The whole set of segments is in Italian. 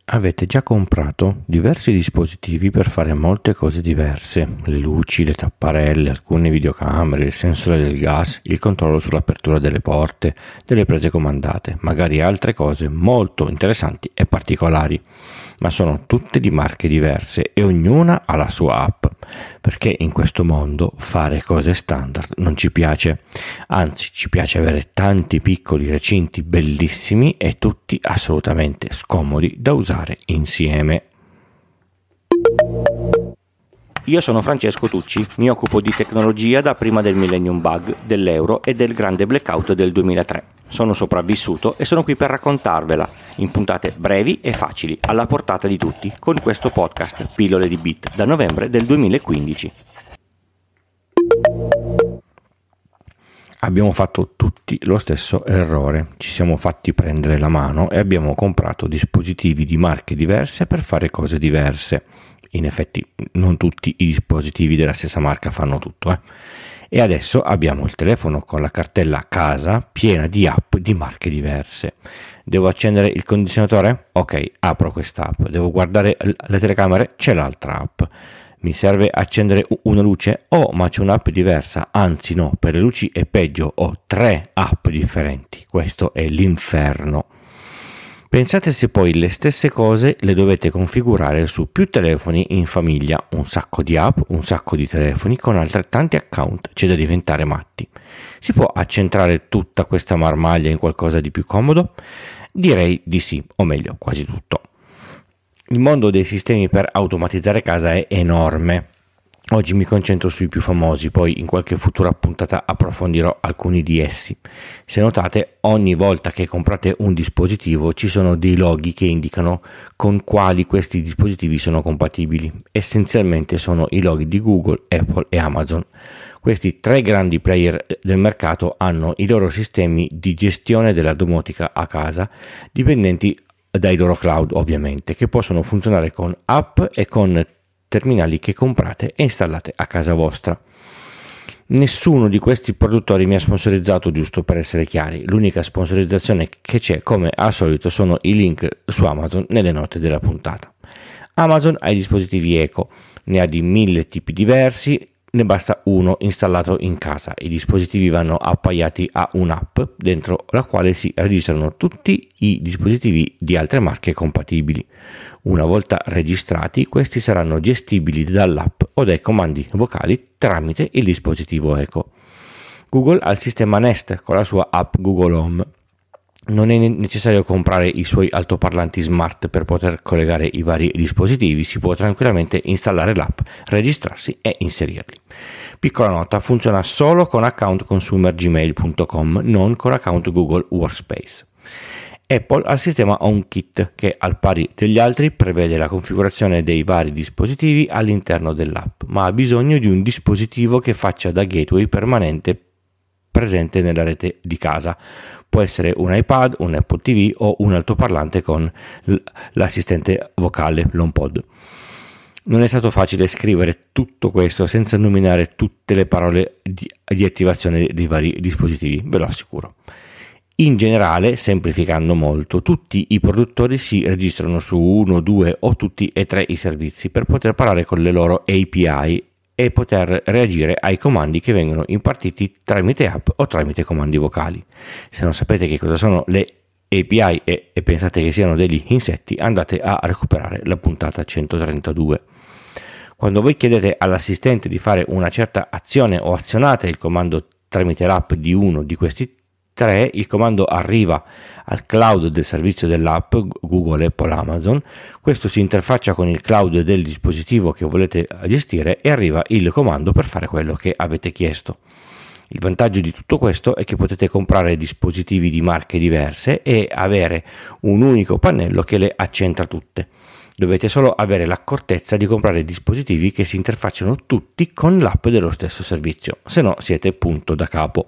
Avete già comprato diversi dispositivi per fare molte cose diverse: le luci, le tapparelle, alcune videocamere, il sensore del gas, il controllo sull'apertura delle porte, delle prese comandate, magari altre cose molto interessanti e particolari, ma sono tutte di marche diverse e ognuna ha la sua app, perché in questo mondo fare cose standard non ci piace, anzi ci piace avere tanti piccoli recinti bellissimi e tutti assolutamente scomodi da usare insieme. Io sono Francesco Tucci, mi occupo di tecnologia da prima del Millennium Bug, dell'euro e del grande blackout del 2003. Sono sopravvissuto e sono qui per raccontarvela, in puntate brevi e facili, alla portata di tutti, con questo podcast Pillole di Bit, da novembre del 2015. Abbiamo fatto tutti lo stesso errore, ci siamo fatti prendere la mano e abbiamo comprato dispositivi di marche diverse per fare cose diverse. In effetti non tutti i dispositivi della stessa marca fanno tutto, E adesso abbiamo il telefono con la cartella casa piena di app di marche diverse. Devo accendere il condizionatore? Ok, apro quest'app. Devo guardare le telecamere? C'è l'altra app. Mi serve accendere una luce? Oh, ma c'è un'app diversa. Anzi no, per le luci è peggio, ho 3 app differenti. Questo è l'inferno. Pensate se poi le stesse cose le dovete configurare su più telefoni in famiglia, un sacco di app, un sacco di telefoni con altrettanti account, c'è da diventare matti. Si può accentrare tutta questa marmaglia in qualcosa di più comodo? Direi di sì, o meglio, quasi tutto. Il mondo dei sistemi per automatizzare casa è enorme. Oggi mi concentro sui più famosi, poi in qualche futura puntata approfondirò alcuni di essi. Se notate, ogni volta che comprate un dispositivo ci sono dei loghi che indicano con quali questi dispositivi sono compatibili. Essenzialmente sono i loghi di Google, Apple e Amazon. Questi 3 grandi player del mercato hanno i loro sistemi di gestione della domotica a casa, dipendenti dai loro cloud ovviamente, che possono funzionare con app e con terminali che comprate e installate a casa vostra. Nessuno di questi produttori mi ha sponsorizzato, giusto per essere chiari. L'unica sponsorizzazione che c'è, come al solito, sono i link su Amazon nelle note della puntata. Amazon ha i dispositivi Echo, ne ha di 1000 tipi diversi, ne basta uno installato in casa. I dispositivi vanno appaiati a un'app dentro la quale si registrano tutti i dispositivi di altre marche compatibili. Una volta registrati, questi saranno gestibili dall'app o dai comandi vocali tramite il dispositivo Echo. Google ha il sistema Nest con la sua app Google Home. Non è necessario comprare i suoi altoparlanti smart per poter collegare i vari dispositivi, si può tranquillamente installare l'app, registrarsi e inserirli. Piccola nota, funziona solo con account consumergmail.com, non con account Google Workspace. Apple ha il sistema HomeKit che, al pari degli altri, prevede la configurazione dei vari dispositivi all'interno dell'app, ma ha bisogno di un dispositivo che faccia da gateway permanente presente nella rete di casa. Può essere un iPad, un Apple TV o un altoparlante con l'assistente vocale, l'HomePod. Non è stato facile scrivere tutto questo senza nominare tutte le parole di attivazione dei vari dispositivi, ve lo assicuro. In generale, semplificando molto, tutti i produttori si registrano su 1, 2 o tutti e 3 i servizi per poter parlare con le loro API e poter reagire ai comandi che vengono impartiti tramite app o tramite comandi vocali. Se non sapete che cosa sono le API e pensate che siano degli insetti, andate a recuperare la puntata 132. Quando voi chiedete all'assistente di fare una certa azione o azionate il comando tramite l'app di uno di questi 3, il comando arriva al cloud del servizio dell'app Google, Apple, Amazon. Questo si interfaccia con il cloud del dispositivo che volete gestire e arriva il comando per fare quello che avete chiesto. Il vantaggio di tutto questo è che potete comprare dispositivi di marche diverse e avere un unico pannello che le accentra tutte. Dovete solo avere l'accortezza di comprare dispositivi che si interfacciano tutti con l'app dello stesso servizio, se no siete punto da capo.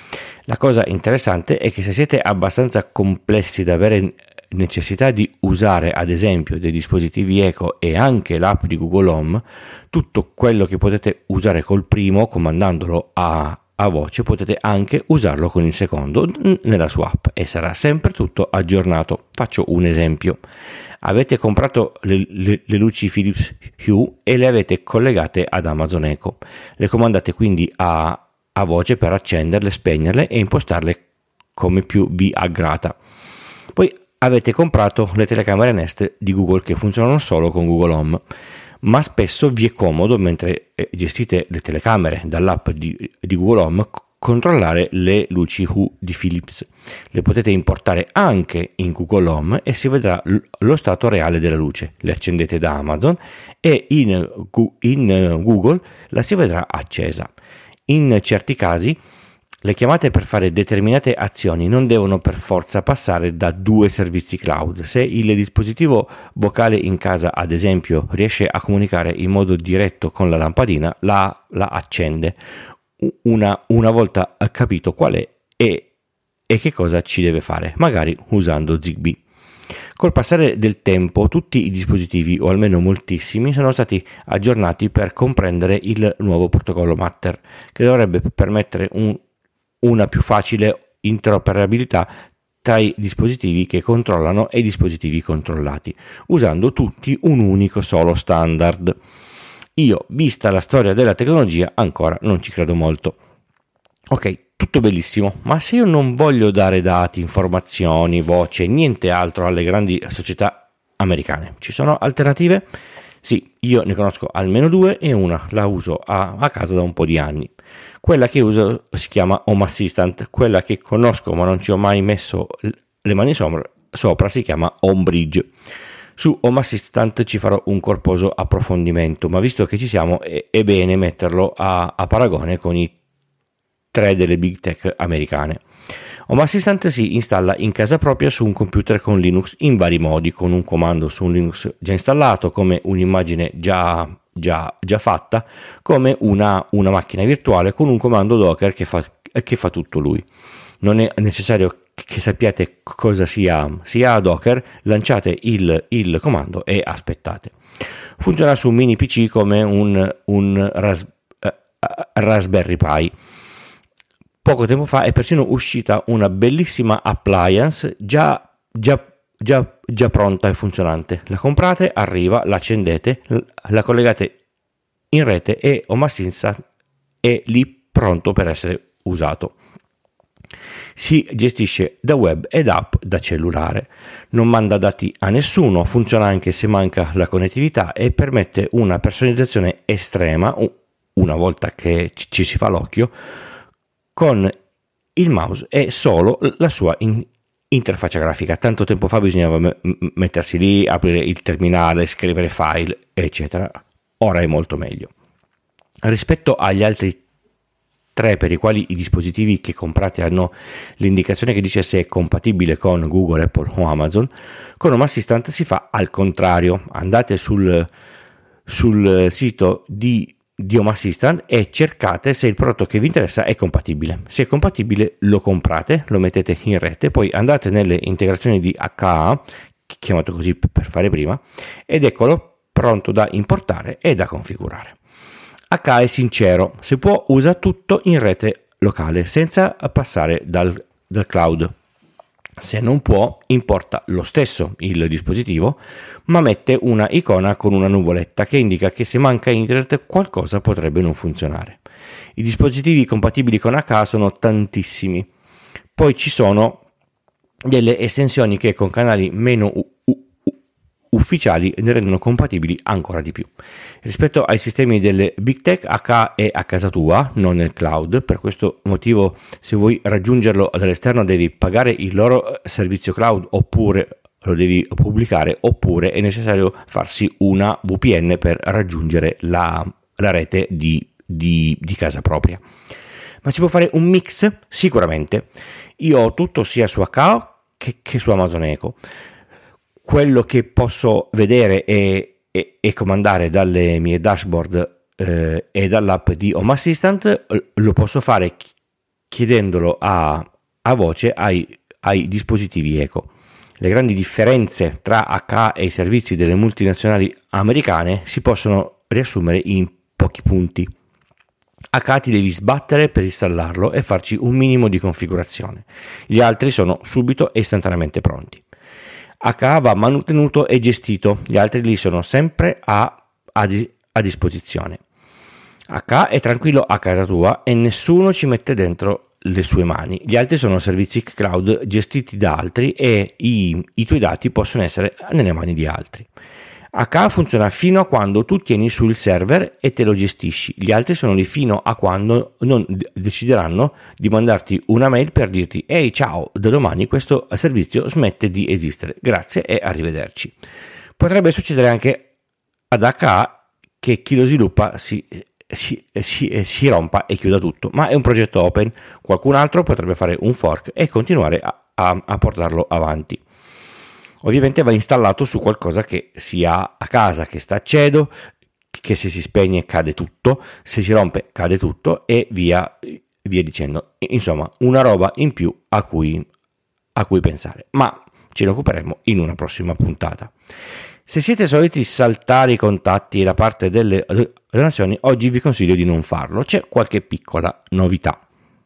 La cosa interessante è che se siete abbastanza complessi da avere necessità di usare ad esempio dei dispositivi Echo e anche l'app di Google Home, tutto quello che potete usare col primo comandandolo a a voce, potete anche usarlo con il secondo nella sua app e sarà sempre tutto aggiornato. Faccio un esempio: avete comprato le luci Philips Hue e le avete collegate ad Amazon Echo, le comandate quindi a voce per accenderle, spegnerle e impostarle come più vi aggrada. Poi avete comprato le telecamere Nest di Google che funzionano solo con Google Home, ma spesso vi è comodo, mentre gestite le telecamere dall'app di Google Home, controllare le luci Hue di Philips. Le potete importare anche in Google Home e si vedrà lo stato reale della luce. Le accendete da Amazon e in Google la si vedrà accesa. In certi casi le chiamate per fare determinate azioni non devono per forza passare da 2 servizi cloud. Se il dispositivo vocale in casa, ad esempio, riesce a comunicare in modo diretto con la lampadina, la accende una volta capito qual è e che cosa ci deve fare, magari usando Zigbee. Col passare del tempo tutti i dispositivi, o almeno moltissimi, sono stati aggiornati per comprendere il nuovo protocollo Matter, che dovrebbe permettere una più facile interoperabilità tra i dispositivi che controllano e i dispositivi controllati, usando tutti un unico solo standard. Io, vista la storia della tecnologia, ancora non ci credo molto. Ok, tutto bellissimo, ma se io non voglio dare dati, informazioni, voce, niente altro alle grandi società americane, ci sono alternative? Sì, io ne conosco almeno 2 e una la uso a casa da un po' di anni. Quella che uso si chiama Home Assistant, quella che conosco ma non ci ho mai messo le mani sopra si chiama HomeBridge. Su Home Assistant ci farò un corposo approfondimento, ma visto che ci siamo è bene metterlo a paragone con i 3 delle big tech americane. Home Assistant si installa in casa propria su un computer con Linux in vari modi, con un comando su un Linux già installato, come un'immagine già fatta, come una macchina virtuale con un comando Docker che fa tutto lui. Non è necessario che sappiate cosa sia Docker, lanciate il comando e aspettate. Funziona su un mini PC come un Raspberry Pi. Poco tempo fa è persino uscita una bellissima appliance già pronta e funzionante. La comprate, arriva, la accendete, la collegate in rete e Home Assistant è lì pronto per essere usato. Si gestisce da web ed app da cellulare, non manda dati a nessuno, funziona anche se manca la connettività e permette una personalizzazione estrema una volta che ci si fa l'occhio con il mouse e solo la sua interfaccia grafica. Tanto tempo fa bisognava mettersi lì, aprire il terminale, scrivere file, eccetera. Ora è molto meglio. Rispetto agli altri 3 per i quali i dispositivi che comprate hanno l'indicazione che dice se è compatibile con Google, Apple o Amazon, con Home Assistant si fa al contrario. Andate sul sito di Home Assistant e cercate se il prodotto che vi interessa è compatibile. Se è compatibile lo comprate, lo mettete in rete, poi andate nelle integrazioni di HA, chiamato così per fare prima, ed eccolo pronto da importare e da configurare. HA è sincero, se può usa tutto in rete locale senza passare dal cloud. Se non può, importa lo stesso il dispositivo, ma mette una icona con una nuvoletta che indica che se manca internet qualcosa potrebbe non funzionare. I dispositivi compatibili con HA sono tantissimi. Poi ci sono delle estensioni che con canali meno ufficiali ne rendono compatibili ancora di più. Rispetto ai sistemi delle big tech, HA è a casa tua, non nel cloud. Per questo motivo, se vuoi raggiungerlo dall'esterno devi pagare il loro servizio cloud, oppure lo devi pubblicare, oppure è necessario farsi una VPN per raggiungere la rete di casa propria. Ma si può fare un mix? Sicuramente. Io ho tutto sia su HA che su Amazon Echo. Quello che posso vedere e comandare dalle mie dashboard e dall'app di Home Assistant lo posso fare chiedendolo a voce ai dispositivi Echo. Le grandi differenze tra HA e i servizi delle multinazionali americane si possono riassumere in pochi punti. HA ti devi sbattere per installarlo e farci un minimo di configurazione. Gli altri sono subito e istantaneamente pronti. HA va mantenuto e gestito, gli altri lì sono sempre a disposizione. HA è tranquillo a casa tua e nessuno ci mette dentro le sue mani. Gli altri sono servizi cloud gestiti da altri e i tuoi dati possono essere nelle mani di altri. HA funziona fino a quando tu tieni sul server e te lo gestisci, gli altri sono lì fino a quando non decideranno di mandarti una mail per dirti ehi ciao, da domani questo servizio smette di esistere, grazie e arrivederci. Potrebbe succedere anche ad HA che chi lo sviluppa si rompa e chiuda tutto, ma è un progetto open, qualcun altro potrebbe fare un fork e continuare a portarlo avanti. Ovviamente va installato su qualcosa che sia a casa, che sta acceso, che se si spegne cade tutto, se si rompe cade tutto e via dicendo. Insomma, una roba in più a cui pensare, ma ce ne occuperemo in una prossima puntata. Se siete soliti saltare i contatti e la parte delle donazioni, oggi vi consiglio di non farlo, c'è qualche piccola novità.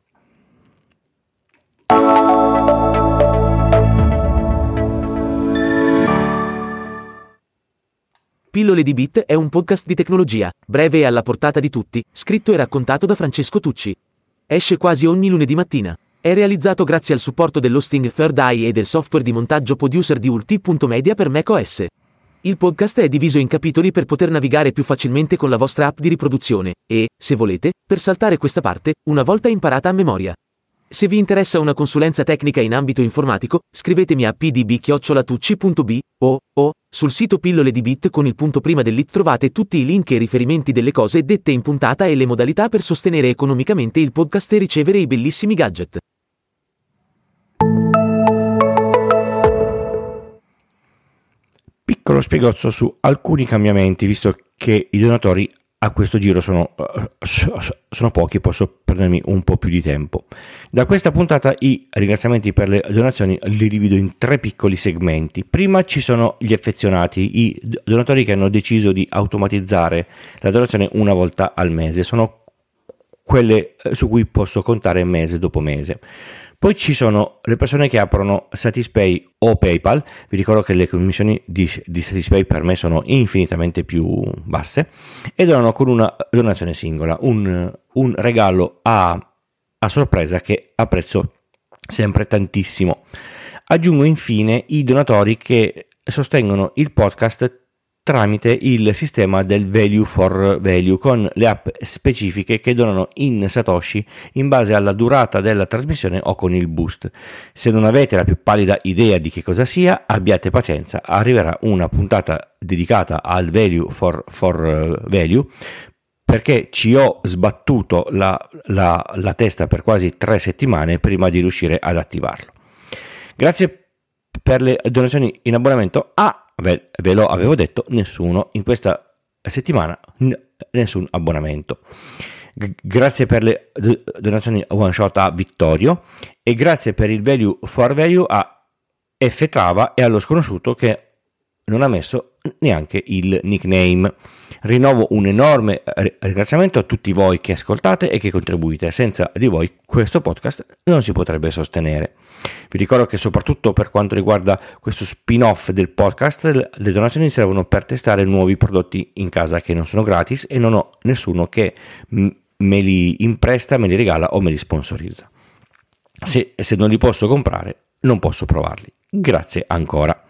Pillole di Bit è un podcast di tecnologia, breve e alla portata di tutti, scritto e raccontato da Francesco Tucci. Esce quasi ogni lunedì mattina. È realizzato grazie al supporto dell'hosting Third Eye e del software di montaggio Producer di Ulti.media per macOS. Il podcast è diviso in capitoli per poter navigare più facilmente con la vostra app di riproduzione e, se volete, per saltare questa parte, una volta imparata a memoria. Se vi interessa una consulenza tecnica in ambito informatico, scrivetemi a pdb@tucci.b o sul sito Pillole di Bit con il punto prima dell'it trovate tutti i link e riferimenti delle cose dette in puntata e le modalità per sostenere economicamente il podcast e ricevere i bellissimi gadget. Piccolo spiegozzo su alcuni cambiamenti, visto che i donatori a questo giro sono pochi, posso prendermi un po' più di tempo. Da questa puntata i ringraziamenti per le donazioni li divido in 3 piccoli segmenti. Prima ci sono gli affezionati, i donatori che hanno deciso di automatizzare la donazione una volta al mese, sono quelle su cui posso contare mese dopo mese. Poi ci sono le persone che aprono Satispay o PayPal, vi ricordo che le commissioni di Satispay per me sono infinitamente più basse, e donano con una donazione singola, un regalo a sorpresa che apprezzo sempre tantissimo. Aggiungo infine i donatori che sostengono il podcast tramite il sistema del Value for Value, con le app specifiche che donano in Satoshi in base alla durata della trasmissione o con il boost. Se non avete la più pallida idea di che cosa sia, abbiate pazienza, arriverà una puntata dedicata al Value for Value, perché ci ho sbattuto la testa per quasi 3 settimane prima di riuscire ad attivarlo. Grazie per le donazioni in abbonamento. Ve lo avevo detto, nessuno in questa settimana, nessun abbonamento. Grazie per le donazioni one shot a Vittorio e grazie per il Value for Value a F Trava e allo sconosciuto che non ha messo neanche il nickname. Rinnovo un enorme ringraziamento a tutti voi che ascoltate e che contribuite. Senza di voi questo podcast non si potrebbe sostenere. Vi ricordo che soprattutto per quanto riguarda questo spin-off del podcast, le donazioni servono per testare nuovi prodotti in casa che non sono gratis e non ho nessuno che me li impresta, me li regala o me li sponsorizza. Se non li posso comprare, non posso provarli. Grazie ancora.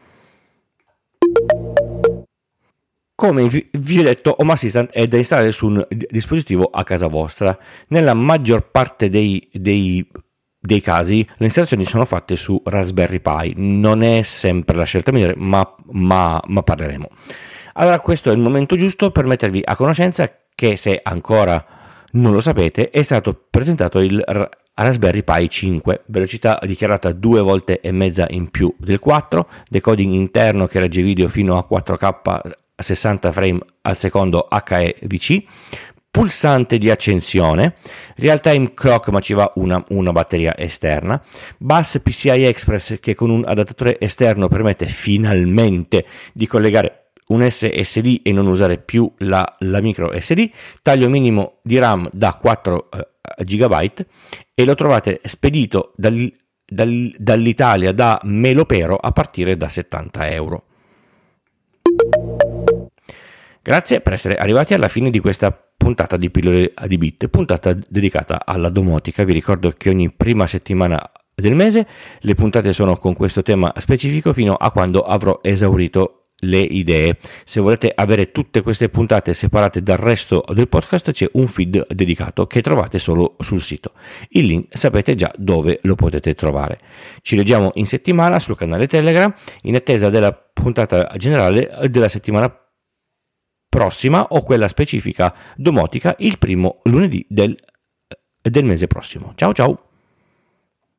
Come vi ho detto, Home Assistant è da installare su un dispositivo a casa vostra. Nella maggior parte dei casi le installazioni sono fatte su Raspberry Pi. Non è sempre la scelta migliore, ma parleremo. Allora, questo è il momento giusto per mettervi a conoscenza che, se ancora non lo sapete, è stato presentato il Raspberry Pi 5, velocità dichiarata 2 volte e mezza in più del 4, decoding interno che regge video fino a 4K 60 frame al secondo HEVC, pulsante di accensione, real time clock, ma ci va una batteria esterna, bus PCI Express che con un adattatore esterno permette finalmente di collegare un SSD e non usare più la micro SD, taglio minimo di RAM da 4 GB e lo trovate spedito dall'Italia da Melopero a partire da €70. Grazie per essere arrivati alla fine di questa puntata di Pillole di Bit, puntata dedicata alla domotica. Vi ricordo che ogni prima settimana del mese le puntate sono con questo tema specifico fino a quando avrò esaurito le idee. Se volete avere tutte queste puntate separate dal resto del podcast, c'è un feed dedicato che trovate solo sul sito. Il link sapete già dove lo potete trovare. Ci leggiamo in settimana sul canale Telegram in attesa della puntata generale della settimana prossima o quella specifica domotica il primo lunedì del mese prossimo. Ciao ciao!